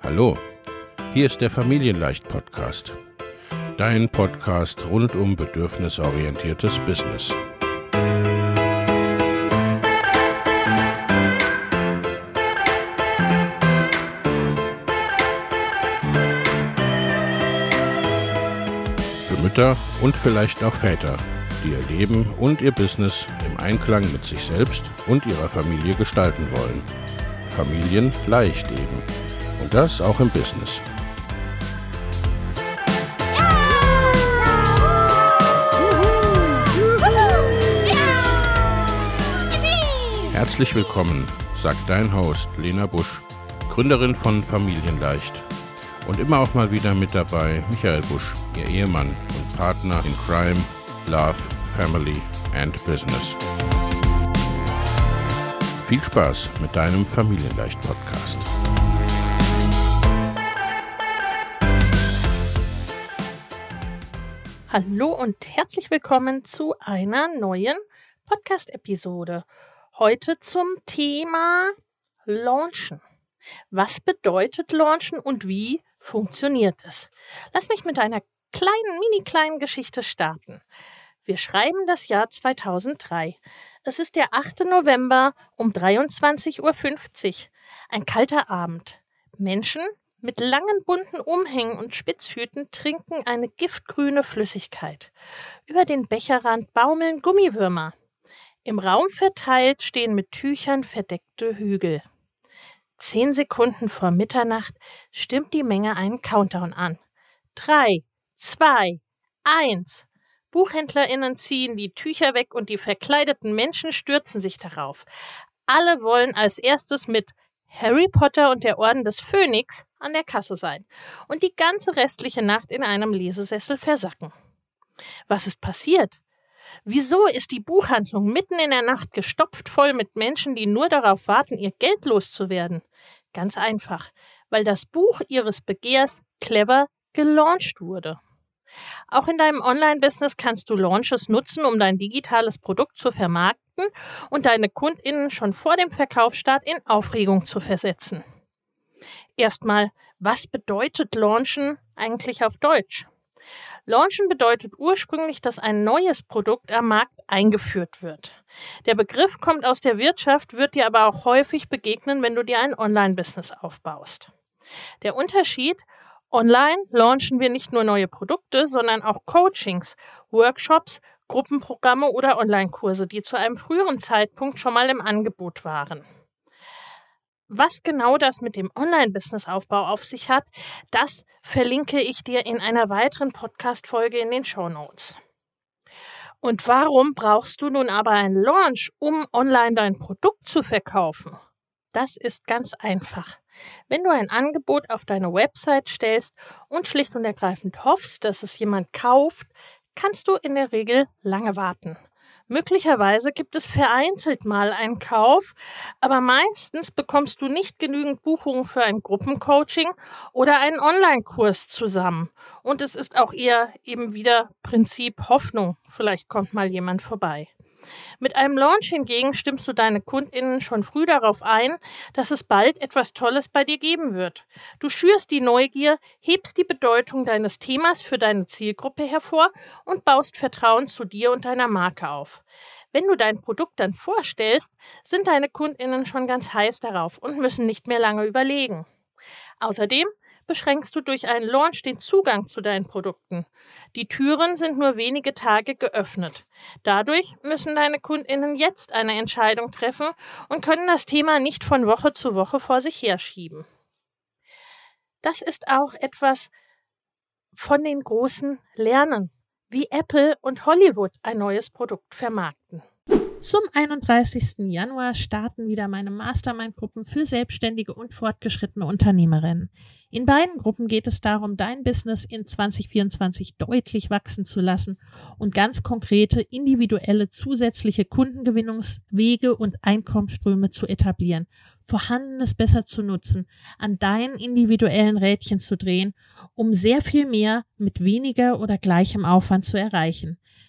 Hallo, hier ist der Familienleicht-Podcast. Dein Podcast rund um bedürfnisorientiertes Business. Für Mütter und vielleicht auch Väter, die ihr Leben und ihr Business im Einklang mit sich selbst und ihrer Familie gestalten wollen. Familien leicht eben. Und das auch im Business. Herzlich willkommen, sagt dein Host Lena Busch, Gründerin von Familienleicht. Und immer auch mal wieder mit dabei Michael Busch, ihr Ehemann und Partner in Crime, Love, Family and Business. Viel Spaß mit deinem Familienleicht-Podcast. Hallo und herzlich willkommen zu einer neuen Podcast-Episode. Heute zum Thema Launchen. Was bedeutet Launchen und wie funktioniert es? Lass mich mit einer mini-kleinen Geschichte starten. Wir schreiben das Jahr 2003. Es ist der 8. November um 23:50 Uhr. Ein kalter Abend. Menschen mit langen bunten Umhängen und Spitzhüten trinken eine giftgrüne Flüssigkeit. Über den Becherrand baumeln Gummiwürmer. Im Raum verteilt stehen mit Tüchern verdeckte Hügel. 10 Sekunden vor Mitternacht stimmt die Menge einen Countdown an. 3, 2, 1. BuchhändlerInnen ziehen die Tücher weg und die verkleideten Menschen stürzen sich darauf. Alle wollen als erstes mit Harry Potter und der Orden des Phönix an der Kasse sein und die ganze restliche Nacht in einem Lesesessel versacken. Was ist passiert? Wieso ist die Buchhandlung mitten in der Nacht gestopft voll mit Menschen, die nur darauf warten, ihr Geld loszuwerden? Ganz einfach, weil das Buch ihres Begehrs clever gelauncht wurde. Auch in deinem Online-Business kannst du Launches nutzen, um dein digitales Produkt zu vermarkten und deine KundInnen schon vor dem Verkaufsstart in Aufregung zu versetzen. Erstmal, was bedeutet Launchen eigentlich auf Deutsch? Launchen bedeutet ursprünglich, dass ein neues Produkt am Markt eingeführt wird. Der Begriff kommt aus der Wirtschaft, wird dir aber auch häufig begegnen, wenn du dir ein Online-Business aufbaust. Der Unterschied: Online launchen wir nicht nur neue Produkte, sondern auch Coachings, Workshops, Gruppenprogramme oder Online-Kurse, die zu einem früheren Zeitpunkt schon mal im Angebot waren. Was genau das mit dem Online-Business-Aufbau auf sich hat, das verlinke ich dir in einer weiteren Podcast-Folge in den Shownotes. Und warum brauchst du nun aber einen Launch, um online dein Produkt zu verkaufen? Das ist ganz einfach. Wenn du ein Angebot auf deine Website stellst und schlicht und ergreifend hoffst, dass es jemand kauft, kannst du in der Regel lange warten. Möglicherweise gibt es vereinzelt mal einen Kauf, aber meistens bekommst du nicht genügend Buchungen für ein Gruppencoaching oder einen Online-Kurs zusammen. Und es ist auch eher eben wieder Prinzip Hoffnung. Vielleicht kommt mal jemand vorbei. Mit einem Launch hingegen stimmst du deine KundInnen schon früh darauf ein, dass es bald etwas Tolles bei dir geben wird. Du schürst die Neugier, hebst die Bedeutung deines Themas für deine Zielgruppe hervor und baust Vertrauen zu dir und deiner Marke auf. Wenn du dein Produkt dann vorstellst, sind deine KundInnen schon ganz heiß darauf und müssen nicht mehr lange überlegen. Außerdem beschränkst du durch einen Launch den Zugang zu deinen Produkten. Die Türen sind nur wenige Tage geöffnet. Dadurch müssen deine KundInnen jetzt eine Entscheidung treffen und können das Thema nicht von Woche zu Woche vor sich herschieben. Das ist auch etwas von den Großen lernen, wie Apple und Hollywood ein neues Produkt vermarkten. Zum 31. Januar starten wieder meine Mastermind-Gruppen für selbstständige und fortgeschrittene Unternehmerinnen. In beiden Gruppen geht es darum, dein Business in 2024 deutlich wachsen zu lassen und ganz konkrete, individuelle, zusätzliche Kundengewinnungswege und Einkommensströme zu etablieren, Vorhandenes besser zu nutzen, an deinen individuellen Rädchen zu drehen, um sehr viel mehr mit weniger oder gleichem Aufwand zu erreichen.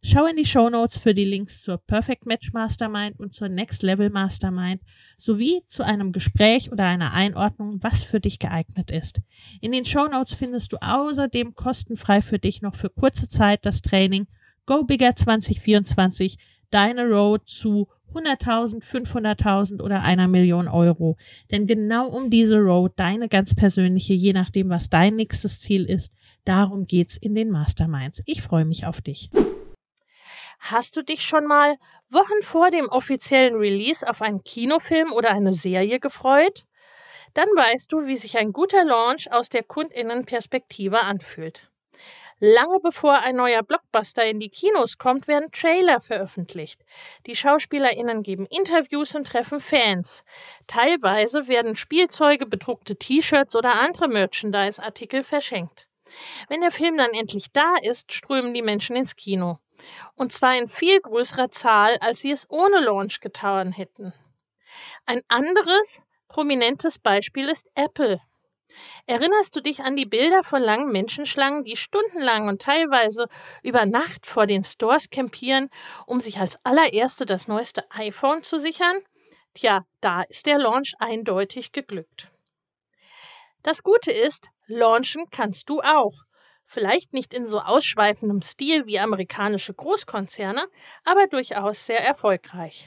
Schau in die Shownotes für die Links zur Perfect Match Mastermind und zur Next Level Mastermind sowie zu einem Gespräch oder einer Einordnung, was für dich geeignet ist. In den Shownotes findest du außerdem kostenfrei für dich noch für kurze Zeit das Training Go Bigger 2024, deine Road zu 100.000, 500.000 oder 1 Million Euro. Denn genau um diese Road, deine ganz persönliche, je nachdem, was dein nächstes Ziel ist, darum geht's in den Masterminds. Ich freue mich auf dich. Hast du dich schon mal Wochen vor dem offiziellen Release auf einen Kinofilm oder eine Serie gefreut? Dann weißt du, wie sich ein guter Launch aus der KundInnenperspektive anfühlt. Lange bevor ein neuer Blockbuster in die Kinos kommt, werden Trailer veröffentlicht. Die SchauspielerInnen geben Interviews und treffen Fans. Teilweise werden Spielzeuge, bedruckte T-Shirts oder andere Merchandise-Artikel verschenkt. Wenn der Film dann endlich da ist, strömen die Menschen ins Kino. Und zwar in viel größerer Zahl, als sie es ohne Launch getan hätten. Ein anderes prominentes Beispiel ist Apple. Erinnerst du dich an die Bilder von langen Menschenschlangen, die stundenlang und teilweise über Nacht vor den Stores campieren, um sich als allererste das neueste iPhone zu sichern? Tja, da ist der Launch eindeutig geglückt. Das Gute ist, launchen kannst du auch. Vielleicht nicht in so ausschweifendem Stil wie amerikanische Großkonzerne, aber durchaus sehr erfolgreich.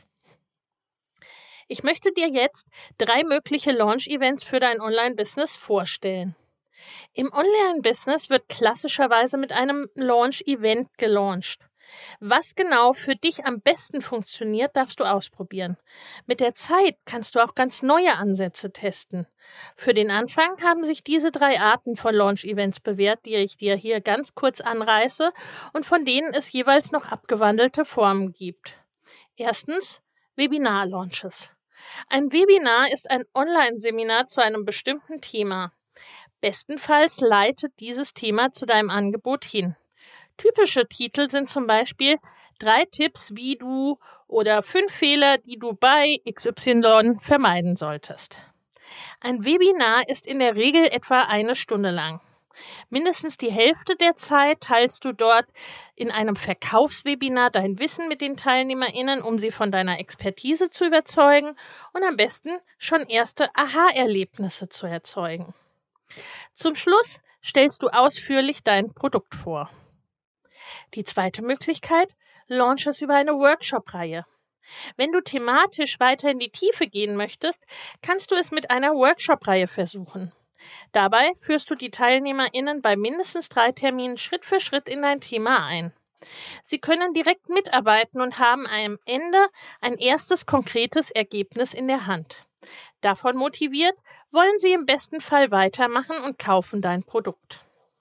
Ich möchte dir jetzt 3 mögliche Launch-Events für dein Online-Business vorstellen. Im Online-Business wird klassischerweise mit einem Launch-Event gelauncht. Was genau für dich am besten funktioniert, darfst du ausprobieren. Mit der Zeit kannst du auch ganz neue Ansätze testen. Für den Anfang haben sich diese 3 Arten von Launch-Events bewährt, die ich dir hier ganz kurz anreiße und von denen es jeweils noch abgewandelte Formen gibt. Erstens, Webinar-Launches. Ein Webinar ist ein Online-Seminar zu einem bestimmten Thema. Bestenfalls leitet dieses Thema zu deinem Angebot hin. Typische Titel sind zum Beispiel 3 Tipps, wie du oder 5 Fehler, die du bei XY vermeiden solltest. Ein Webinar ist in der Regel etwa 1 Stunde lang. Mindestens die Hälfte der Zeit teilst du dort in einem Verkaufswebinar dein Wissen mit den TeilnehmerInnen, um sie von deiner Expertise zu überzeugen und am besten schon erste Aha-Erlebnisse zu erzeugen. Zum Schluss stellst du ausführlich dein Produkt vor. Die zweite Möglichkeit, Launches über eine Workshop-Reihe. Wenn du thematisch weiter in die Tiefe gehen möchtest, kannst du es mit einer Workshop-Reihe versuchen. Dabei führst du die TeilnehmerInnen bei mindestens 3 Terminen Schritt für Schritt in dein Thema ein. Sie können direkt mitarbeiten und haben am Ende ein erstes konkretes Ergebnis in der Hand. Davon motiviert, wollen sie im besten Fall weitermachen und kaufen dein Produkt.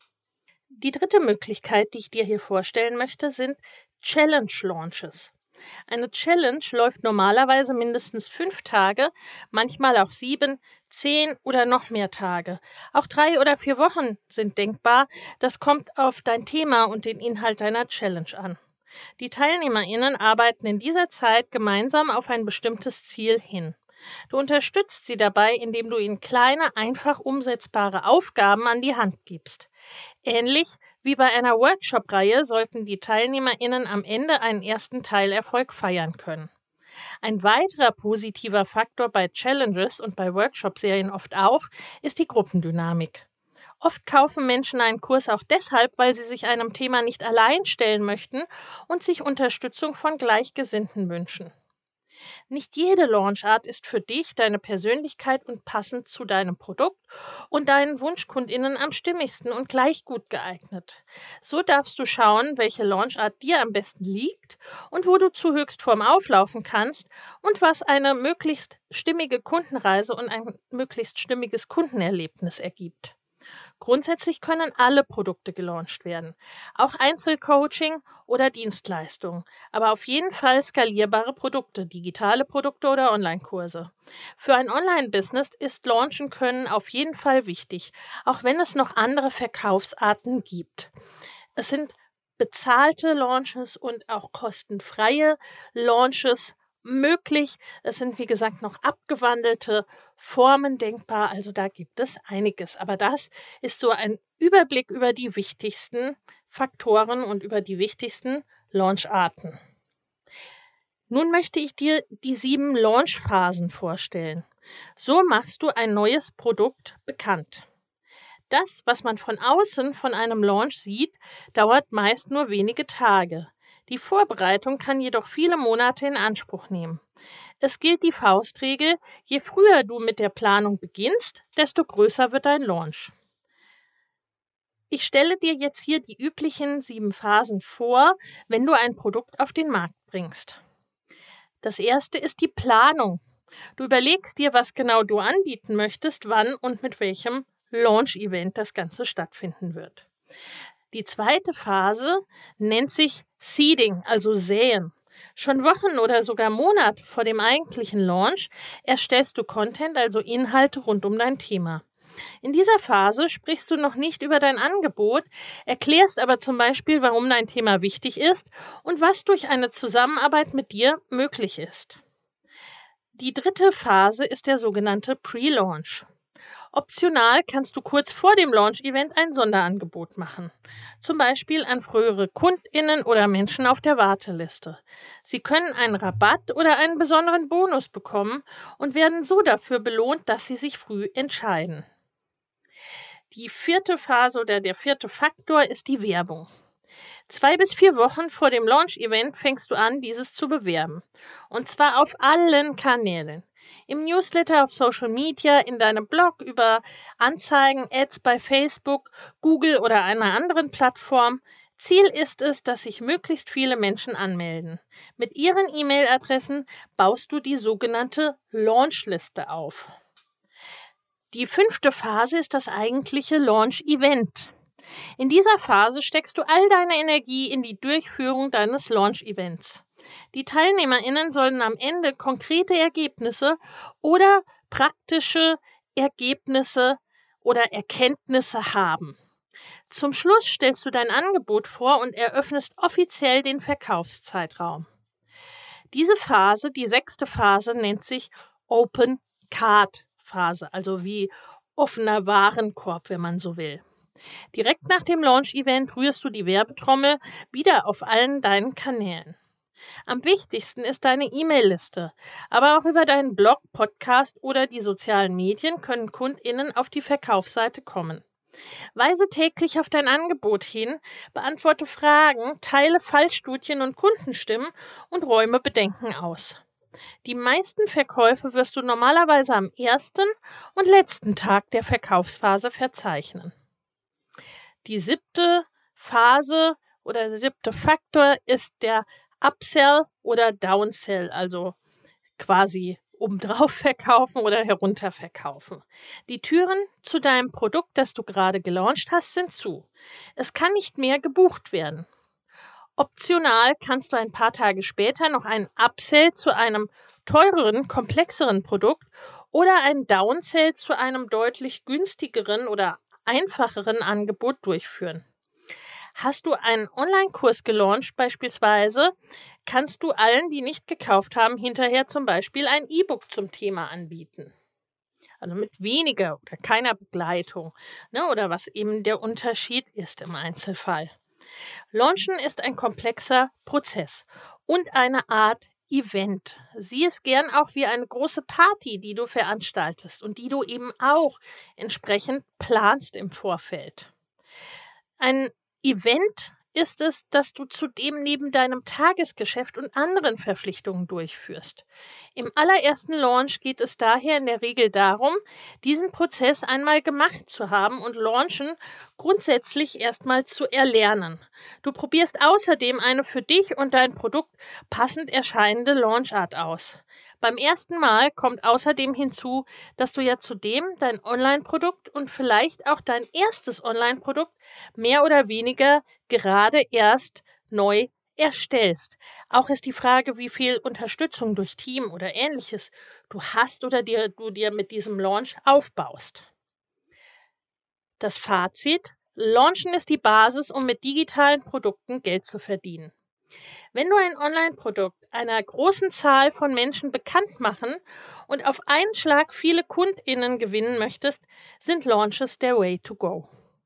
Die dritte Möglichkeit, die ich dir hier vorstellen möchte, sind Challenge Launches. Eine Challenge läuft normalerweise mindestens 5 Tage, manchmal auch 7, 10 oder noch mehr Tage. Auch 3 oder 4 Wochen sind denkbar. Das kommt auf dein Thema und den Inhalt deiner Challenge an. Die TeilnehmerInnen arbeiten in dieser Zeit gemeinsam auf ein bestimmtes Ziel hin. Du unterstützt sie dabei, indem du ihnen kleine, einfach umsetzbare Aufgaben an die Hand gibst. Ähnlich wie bei einer Workshop-Reihe sollten die TeilnehmerInnen am Ende einen ersten Teilerfolg feiern können. Ein weiterer positiver Faktor bei Challenges und bei Workshop-Serien oft auch, ist die Gruppendynamik. Oft kaufen Menschen einen Kurs auch deshalb, weil sie sich einem Thema nicht allein stellen möchten und sich Unterstützung von Gleichgesinnten wünschen. Nicht jede Launchart ist für dich, deine Persönlichkeit und passend zu deinem Produkt und deinen WunschkundInnen am stimmigsten und gleich gut geeignet. So darfst du schauen, welche Launchart dir am besten liegt und wo du zu Höchstform auflaufen kannst und was eine möglichst stimmige Kundenreise und ein möglichst stimmiges Kundenerlebnis ergibt. Grundsätzlich können alle Produkte gelauncht werden, auch Einzelcoaching oder Dienstleistungen, aber auf jeden Fall skalierbare Produkte, digitale Produkte oder Online-Kurse. Für ein Online-Business ist Launchen können auf jeden Fall wichtig, auch wenn es noch andere Verkaufsarten gibt. Es sind bezahlte Launches und auch kostenfreie Launches möglich. Es sind, wie gesagt, noch abgewandelte Formen denkbar, also da gibt es einiges. Aber das ist so ein Überblick über die wichtigsten Faktoren und über die wichtigsten Launcharten. Nun möchte ich dir die 7 Launchphasen vorstellen. So machst du ein neues Produkt bekannt. Das, was man von außen von einem Launch sieht, dauert meist nur wenige Tage. Die Vorbereitung kann jedoch viele Monate in Anspruch nehmen. Es gilt die Faustregel, je früher du mit der Planung beginnst, desto größer wird dein Launch. Ich stelle dir jetzt hier die üblichen 7 Phasen vor, wenn du ein Produkt auf den Markt bringst. Das erste ist die Planung. Du überlegst dir, was genau du anbieten möchtest, wann und mit welchem Launch-Event das Ganze stattfinden wird. Die zweite Phase nennt sich Seeding, also Säen. Schon Wochen oder sogar Monate vor dem eigentlichen Launch erstellst du Content, also Inhalte rund um dein Thema. In dieser Phase sprichst du noch nicht über dein Angebot, erklärst aber zum Beispiel, warum dein Thema wichtig ist und was durch eine Zusammenarbeit mit dir möglich ist. Die dritte Phase ist der sogenannte Pre-Launch. Optional kannst du kurz vor dem Launch-Event ein Sonderangebot machen, zum Beispiel an frühere KundInnen oder Menschen auf der Warteliste. Sie können einen Rabatt oder einen besonderen Bonus bekommen und werden so dafür belohnt, dass sie sich früh entscheiden. Die vierte Phase oder der vierte Faktor ist die Werbung. 2 bis 4 Wochen vor dem Launch-Event fängst du an, dieses zu bewerben. Und zwar auf allen Kanälen. Im Newsletter, auf Social Media, in deinem Blog, über Anzeigen, Ads bei Facebook, Google oder einer anderen Plattform. Ziel ist es, dass sich möglichst viele Menschen anmelden. Mit ihren E-Mail-Adressen baust du die sogenannte Launchliste auf. Die 5. Phase ist das eigentliche Launch-Event. In dieser Phase steckst du all deine Energie in die Durchführung deines Launch-Events. Die TeilnehmerInnen sollen am Ende konkrete Ergebnisse oder praktische Ergebnisse oder Erkenntnisse haben. Zum Schluss stellst du dein Angebot vor und eröffnest offiziell den Verkaufszeitraum. Diese Phase, die 6. Phase, nennt sich Open Cart Phase, also wie offener Warenkorb, wenn man so will. Direkt nach dem Launch-Event rührst du die Werbetrommel wieder auf allen deinen Kanälen. Am wichtigsten ist deine E-Mail-Liste, aber auch über deinen Blog, Podcast oder die sozialen Medien können KundInnen auf die Verkaufsseite kommen. Weise täglich auf dein Angebot hin, beantworte Fragen, teile Fallstudien und Kundenstimmen und räume Bedenken aus. Die meisten Verkäufe wirst du normalerweise am ersten und letzten Tag der Verkaufsphase verzeichnen. Die 7. Phase oder der 7. Faktor ist der Upsell oder Downsell, also quasi obendrauf verkaufen oder herunterverkaufen. Die Türen zu deinem Produkt, das du gerade gelauncht hast, sind zu. Es kann nicht mehr gebucht werden. Optional kannst du ein paar Tage später noch einen Upsell zu einem teureren, komplexeren Produkt oder einen Downsell zu einem deutlich günstigeren oder einfacheren Angebot durchführen. Hast du einen Online-Kurs gelauncht beispielsweise, kannst du allen, die nicht gekauft haben, hinterher zum Beispiel ein E-Book zum Thema anbieten. Also mit weniger oder keiner Begleitung, oder was eben der Unterschied ist im Einzelfall. Launchen ist ein komplexer Prozess und eine Art Event. Sieh es gern auch wie eine große Party, die du veranstaltest und die du eben auch entsprechend planst im Vorfeld. Ein Event ist es, dass du zudem neben deinem Tagesgeschäft und anderen Verpflichtungen durchführst. Im allerersten Launch geht es daher in der Regel darum, diesen Prozess einmal gemacht zu haben und Launchen grundsätzlich erstmal zu erlernen. Du probierst außerdem eine für dich und dein Produkt passend erscheinende Launchart aus. Beim ersten Mal kommt außerdem hinzu, dass du ja zudem dein Online-Produkt und vielleicht auch dein erstes Online-Produkt mehr oder weniger gerade erst neu erstellst. Auch ist die Frage, wie viel Unterstützung durch Team oder Ähnliches du hast oder du dir mit diesem Launch aufbaust. Das Fazit: Launchen ist die Basis, um mit digitalen Produkten Geld zu verdienen. Wenn du ein Online-Produkt einer großen Zahl von Menschen bekannt machen und auf einen Schlag viele KundInnen gewinnen möchtest, sind Launches der Way to go.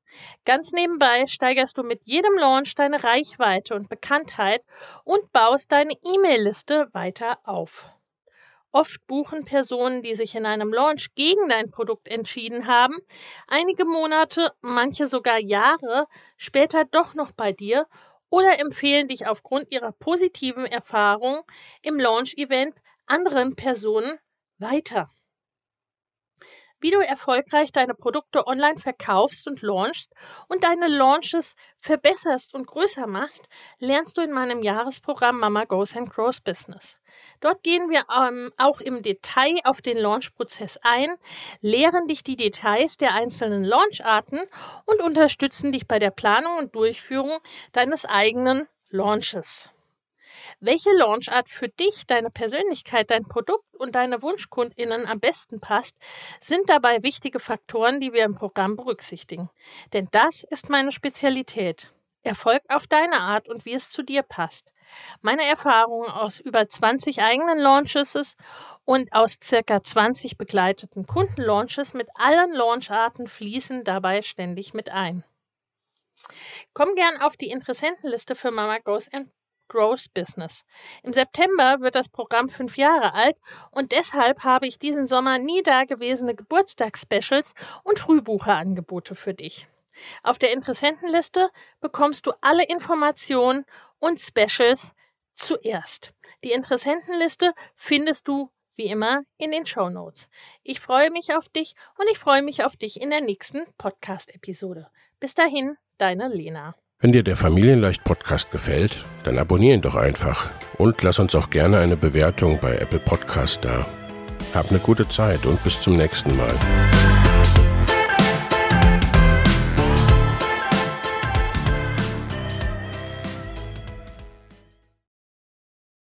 Ganz nebenbei steigerst du mit jedem Launch deine Reichweite und Bekanntheit und baust deine E-Mail-Liste weiter auf. Oft buchen Personen, die sich in einem Launch gegen dein Produkt entschieden haben, einige Monate, manche sogar Jahre später doch noch bei dir oder empfehlen dich aufgrund ihrer positiven Erfahrung im Launch-Event anderen Personen weiter. Wie du erfolgreich deine Produkte online verkaufst und launchst und deine Launches verbesserst und größer machst, lernst du in meinem Jahresprogramm Mama Goes and Grows Business. Dort gehen wir auch im Detail auf den Launchprozess ein, lehren dich die Details der einzelnen Launcharten und unterstützen dich bei der Planung und Durchführung deines eigenen Launches. Welche Launchart für dich, deine Persönlichkeit, dein Produkt und deine WunschkundInnen am besten passt, sind dabei wichtige Faktoren, die wir im Programm berücksichtigen. Denn das ist meine Spezialität. Erfolg auf deine Art und wie es zu dir passt. Meine Erfahrungen aus über 20 eigenen Launches und aus ca. 20 begleiteten Kundenlaunches mit allen Launcharten fließen dabei ständig mit ein. Komm gern auf die Interessentenliste für Mama Goes and Grows Business. Im September wird das Programm 5 Jahre alt und deshalb habe ich diesen Sommer nie dagewesene Geburtstagsspecials und Frühbucherangebote für dich. Auf der Interessentenliste bekommst du alle Informationen und Specials zuerst. Die Interessentenliste findest du wie immer in den Shownotes. Ich freue mich auf dich und ich freue mich auf dich in der nächsten Podcast-Episode. Bis dahin, deine Lena. Wenn dir der Familienleicht-Podcast gefällt, dann abonnier ihn doch einfach und lass uns auch gerne eine Bewertung bei Apple Podcast da. Hab eine gute Zeit und bis zum nächsten Mal.